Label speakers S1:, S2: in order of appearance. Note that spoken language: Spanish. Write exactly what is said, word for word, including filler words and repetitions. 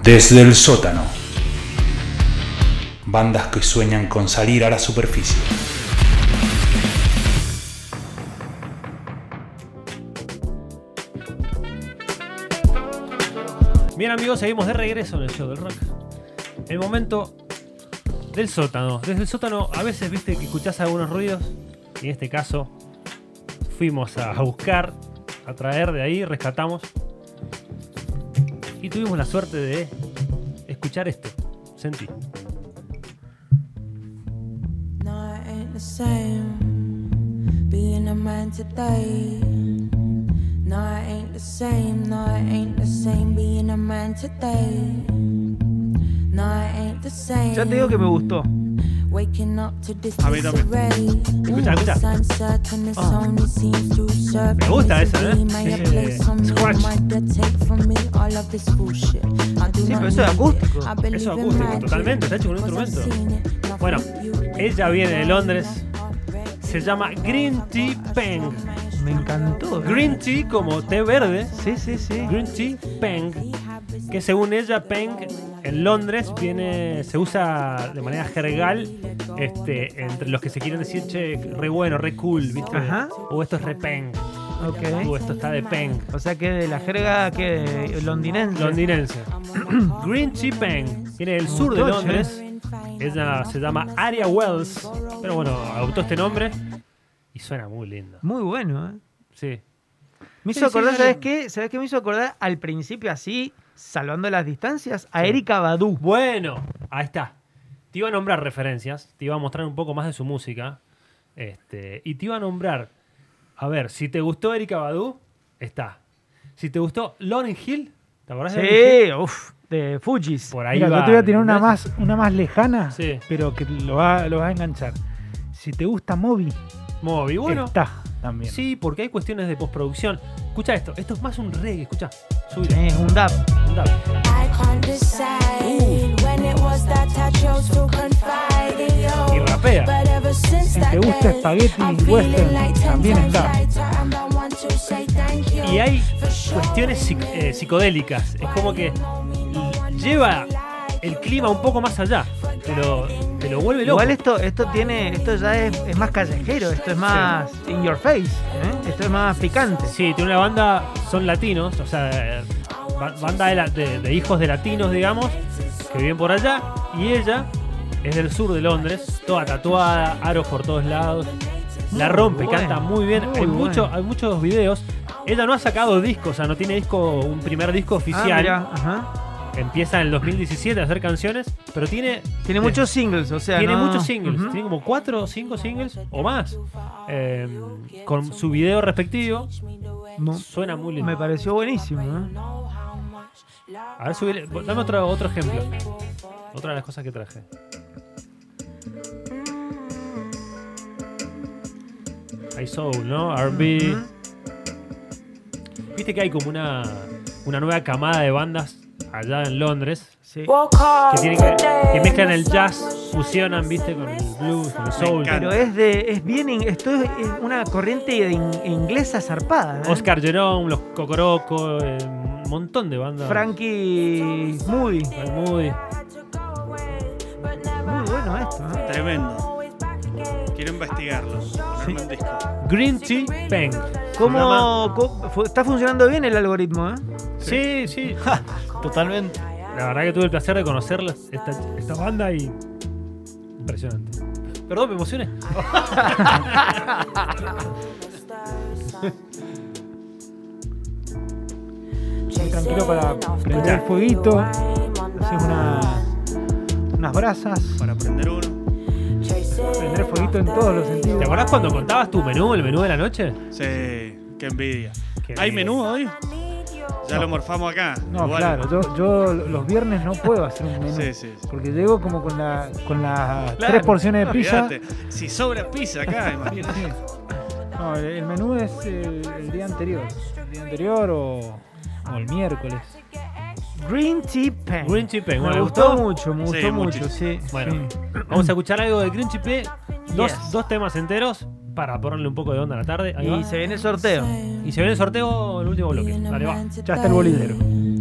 S1: Desde el sótano. Bandas que sueñan con salir a la superficie.
S2: Bien amigos, seguimos de regreso en el show del rock. El momento del sótano. Desde el sótano a veces viste que escuchás algunos ruidos. Y en este caso fuimos a buscar, a traer de ahí, rescatamos. Y tuvimos la suerte de escuchar esto. Sentí.
S3: No, it ain't the same being a man today. No, it ain't the same. No, it ain't the same being a man today. No, it ain't the same.
S4: Ya te digo que me gustó.
S3: Waking up to this
S5: A mí también.
S2: Escucha, escucha. Oh. Me gusta esa, ¿eh? Eh, Squash.
S4: Sí, pero eso es acústico.
S2: Eso es acústico, totalmente. Está hecho con un instrumento. Bueno, ella viene de Londres. Se llama Green Tea Peng.
S4: Me encantó.
S2: Green Tea como té verde.
S4: Sí, sí, sí.
S2: Green Tea Peng. Que según ella, Peng en Londres viene, se usa de manera jergal este, entre los que se quieren decir, che, re bueno, re cool, ¿viste?
S4: Ajá.
S2: O esto es re Peng.
S4: Ok.
S2: O esto está de Peng.
S4: O sea que de la jerga que londinense.
S2: Londinense. Green Tea Peng viene del sur de Londres. Ella se llama Aria Wells. Pero bueno, adoptó este nombre y suena muy lindo.
S4: Muy bueno, ¿eh?
S2: Sí.
S4: Me hizo
S2: Sí,
S4: acordar,
S2: sí,
S4: ¿sabes
S2: sí.
S4: qué? ¿Sabes qué me hizo acordar al principio así, salvando las distancias? A Erykah Badu.
S2: Bueno, ahí está. Te iba a nombrar referencias, te iba a mostrar un poco más de su música. Este, y te iba a nombrar, a ver, si te gustó Erykah Badu, está. Si te gustó Lauryn Hill, ¿te acordás de Lauryn Hill?
S4: Sí, uff, de Fujis.
S2: Por ahí
S6: Mira,
S2: va.
S6: yo te voy a tirar una
S2: ¿ves?
S6: más, una más lejana,
S2: Sí.
S6: pero que lo va, lo va a enganchar. Si te gusta Moby,
S2: Moby, bueno.
S6: está también.
S2: Sí, porque hay cuestiones de postproducción. Escucha esto, esto es más un reggae, escucha. Subilo.
S4: Es un dab.
S2: Un dab.
S3: I can't decide when it was that I chose to confide in you.
S2: Y rapea.
S3: But ever since
S6: Si
S3: that
S6: te gusta
S3: day,
S6: Spaghetti
S3: I'm feeling
S6: Western,
S3: like ten
S6: también
S3: times
S6: está.
S3: lighter, and I want to say thank you
S2: Y hay
S3: for showing
S2: cuestiones psic- eh, psicodélicas. Es como que l- lleva el clima un poco más allá. Te lo, te lo vuelve loco.
S4: Igual esto, esto tiene, esto ya es, es más callejero, esto es más in your face, ¿eh? Esto es más picante.
S2: Sí, tiene una banda, son latinos, o sea, eh, ba- banda de, la- de- de hijos de latinos, digamos, que viven por allá. Y ella es del sur de Londres, toda tatuada, aros por todos lados. La rompe,
S4: bueno,
S2: canta muy bien.
S4: muy
S2: hay,
S4: bueno.
S2: mucho, hay muchos videos. Ella no ha sacado discos, o sea, no tiene disco, un primer disco
S4: Ah,
S2: oficial.
S4: mirá, ajá.
S2: Empieza en el dos mil diecisiete a hacer canciones, pero tiene
S4: Tiene
S2: de-
S4: muchos singles, o sea,
S2: tiene
S4: no-
S2: muchos singles,
S4: Ujú.
S2: tiene como cuatro o cinco singles o más. Eh, con su video respectivo,
S4: No,
S2: suena muy lindo.
S4: me pareció buenísimo, ¿eh?
S2: A ver, subile, dame otro, otro ejemplo. Otra de las cosas que traje. Hay soul, ¿no? R and B.
S4: Ujú.
S2: Viste que hay como una, una nueva camada de bandas allá en Londres
S4: Sí.
S2: que, tienen que, que mezclan el jazz, fusionan, viste, con el blues, con el soul.
S5: encanta.
S4: Pero es de, es bien, in- esto es, es una corriente de in- inglesa zarpada, ¿eh?
S2: Oscar Jerome, los Cocoroco, eh, un montón de bandas.
S4: Frankie Moody.
S2: Frank Moody.
S4: Muy bueno esto, ¿eh?
S5: Tremendo. Quiero investigarlo. Ponerme un disco.
S2: Green Tea Peng.
S4: ¿Cómo, cómo- fu- está funcionando bien el algoritmo, eh?
S2: Sí, sí.
S7: Totalmente.
S2: La verdad que tuve el placer de conocerla, esta, esta banda, y impresionante. Perdón, me emocioné.
S6: Muy tranquilo para prender el fueguito, haces una, unas brasas,
S5: Para prender uno.
S6: prender el fueguito en todos los sentidos.
S2: ¿Te acordás cuando contabas tu menú, el menú de la noche?
S5: Sí, qué envidia.
S2: Qué
S5: ¿Hay
S2: bien.
S5: menú hoy? Ya lo morfamos acá.
S6: No,
S5: Igual.
S6: claro, yo, yo los viernes no puedo hacer un menú.
S5: Sí, sí, sí.
S6: Porque llego como con, la, con las
S5: Claro,
S6: tres porciones de pizza.
S5: olvídate. Si sobra pizza acá, imagínate.
S6: Sí. No, el, el menú es eh, el día anterior. El día anterior o, o el miércoles.
S4: Green Tea Pen.
S2: Green Tea Pen,
S4: Me
S2: ¿te
S4: gustó
S2: gustó?
S4: mucho, me
S5: Sí,
S4: gustó mucho,
S5: muchísimo.
S4: sí.
S2: Bueno,
S4: sí.
S2: vamos a escuchar algo de Green Tea Pen. Dos,
S4: Yes.
S2: dos temas enteros para ponerle un poco de onda a la tarde. Ahí
S4: Y
S2: va.
S4: se viene el sorteo.
S2: Y se viene el sorteo en el último bloque. Dale, va.
S6: Ya está el bolillero.